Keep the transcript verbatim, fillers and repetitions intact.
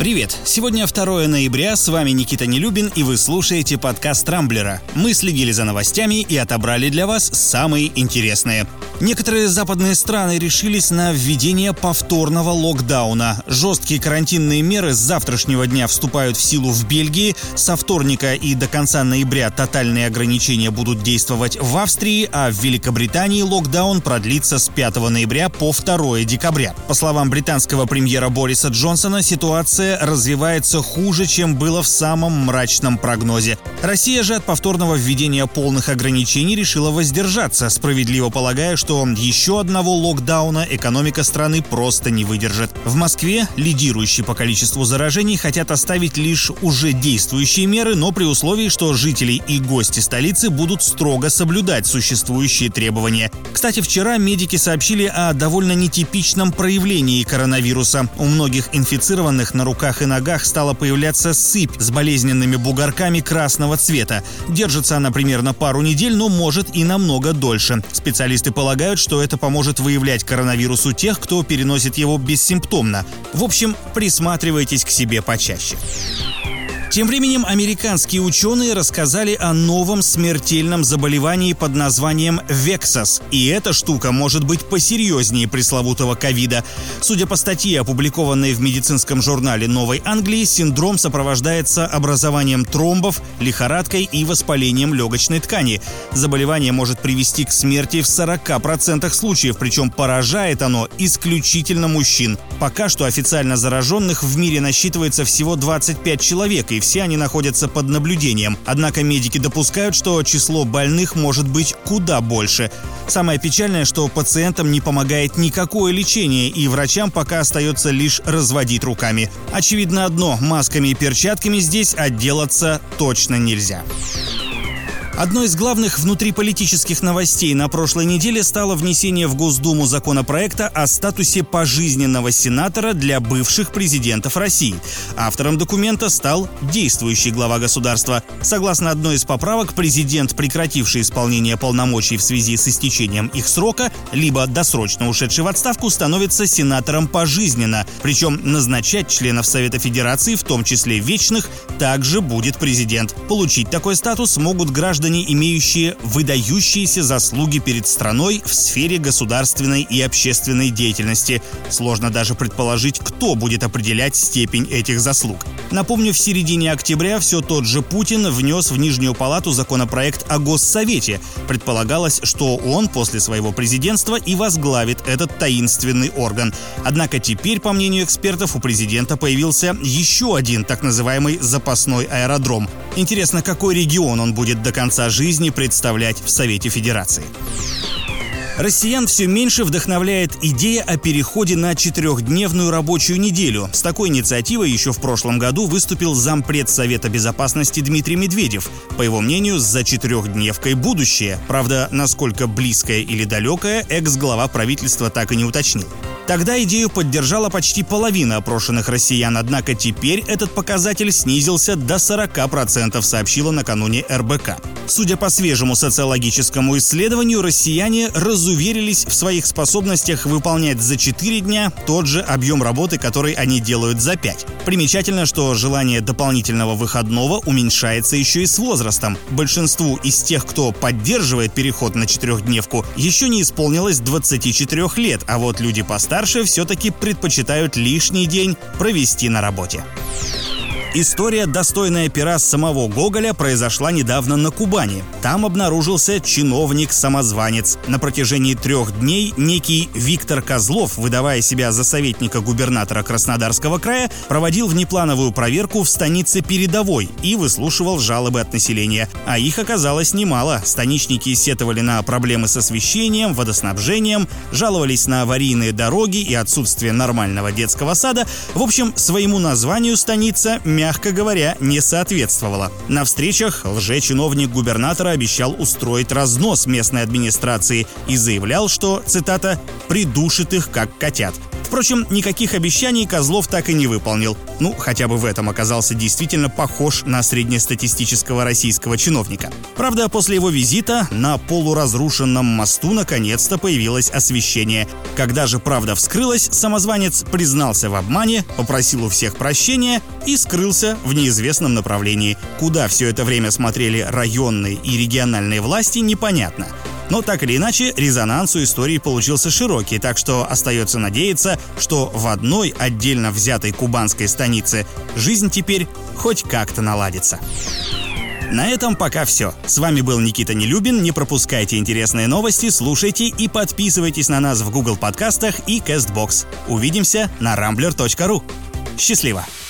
Привет! Сегодня второе ноября, с вами Никита Нелюбин, и вы слушаете подкаст Рамблера. Мы следили за новостями и отобрали для вас самые интересные. Некоторые западные страны решились на введение повторного локдауна. Жесткие карантинные меры с завтрашнего дня вступают в силу в Бельгии, со вторника и до конца ноября тотальные ограничения будут действовать в Австрии, а в Великобритании локдаун продлится с пятого ноября по второе декабря. По словам британского премьера Бориса Джонсона, ситуация развивается хуже, чем было в самом мрачном прогнозе. Россия же от повторного введения полных ограничений решила воздержаться, справедливо полагая, что еще одного локдауна экономика страны просто не выдержит. В Москве, лидирующей по количеству заражений, хотят оставить лишь уже действующие меры, но при условии, что жители и гости столицы будут строго соблюдать существующие требования. Кстати, вчера медики сообщили о довольно нетипичном проявлении коронавируса. У многих инфицированных на руках и ногах стала появляться сыпь с болезненными бугорками красного цвета. Держится она примерно пару недель, но может и намного дольше. Специалисты полагают, что это поможет выявлять коронавирус у тех, кто переносит его бессимптомно. В общем, присматривайтесь к себе почаще. Тем временем американские ученые рассказали о новом смертельном заболевании под названием Вексас. И эта штука может быть посерьезнее пресловутого ковида. Судя по статье, опубликованной в медицинском журнале Новой Англии, синдром сопровождается образованием тромбов, лихорадкой и воспалением легочной ткани. Заболевание может привести к смерти в сорока процентах случаев, причем поражает оно исключительно мужчин. Пока что официально зараженных в мире насчитывается всего двадцать пять человек, и все они находятся под наблюдением. Однако медики допускают, что число больных может быть куда больше. Самое печальное, что пациентам не помогает никакое лечение, и врачам пока остается лишь разводить руками. Очевидно одно – масками и перчатками здесь отделаться точно нельзя. Одной из главных внутриполитических новостей на прошлой неделе стало внесение в Госдуму законопроекта о статусе пожизненного сенатора для бывших президентов России. Автором документа стал действующий глава государства. Согласно одной из поправок, президент, прекративший исполнение полномочий в связи с истечением их срока, либо досрочно ушедший в отставку, становится сенатором пожизненно. Причем назначать членов Совета Федерации, в том числе вечных, также будет президент. Получить такой статус могут граждане, имеющие выдающиеся заслуги перед страной в сфере государственной и общественной деятельности. Сложно даже предположить, кто будет определять степень этих заслуг. Напомню, в середине октября все тот же Путин внес в Нижнюю палату законопроект о Госсовете. Предполагалось, что он после своего президентства и возглавит этот таинственный орган. Однако теперь, по мнению экспертов, у президента появился еще один так называемый запасной аэродром. Интересно, какой регион он будет до конца жизни представлять в Совете Федерации. Россиян все меньше вдохновляет идея о переходе на четырехдневную рабочую неделю. С такой инициативой еще в прошлом году выступил зампред Совета Безопасности Дмитрий Медведев. По его мнению, за четырехдневкой будущее. Правда, насколько близкое или далекое, экс-глава правительства так и не уточнил. Тогда идею поддержала почти половина опрошенных россиян, однако теперь этот показатель снизился до сорока процентов, сообщила накануне эр бэ ка. Судя по свежему социологическому исследованию, россияне разуверились в своих способностях выполнять за четыре дня тот же объем работы, который они делают за пять. Примечательно, что желание дополнительного выходного уменьшается еще и с возрастом. Большинству из тех, кто поддерживает переход на четырехдневку, еще не исполнилось двадцати четырёх лет, а вот люди постарше Старше все-таки предпочитают лишний день провести на работе. История, достойная пера самого Гоголя, произошла недавно на Кубани. Там обнаружился чиновник-самозванец. На протяжении трех дней некий Виктор Козлов, выдавая себя за советника губернатора Краснодарского края, проводил внеплановую проверку в станице Передовой и выслушивал жалобы от населения. А их оказалось немало. Станичники сетовали на проблемы с освещением, водоснабжением, жаловались на аварийные дороги и отсутствие нормального детского сада. В общем, своему названию станица, мягко говоря, не соответствовала. На встречах лжечиновник губернатора обещал устроить разнос местной администрации и заявлял, что, цитата, «придушит их как котят». В Впрочем, никаких обещаний Козлов так и не выполнил. Ну, хотя бы в этом оказался действительно похож на среднестатистического российского чиновника. Правда, после его визита на полуразрушенном мосту наконец-то появилось освещение. Когда же правда вскрылась, самозванец признался в обмане, попросил у всех прощения и скрылся в неизвестном направлении. Куда все это время смотрели районные и региональные власти, непонятно. Но так или иначе, резонанс у истории получился широкий, так что остается надеяться, что в одной отдельно взятой кубанской станице жизнь теперь хоть как-то наладится. На этом пока все. С вами был Никита Нелюбин. Не пропускайте интересные новости, слушайте и подписывайтесь на нас в Google подкастах и Castbox. Увидимся на рамблер точка ру. Счастливо!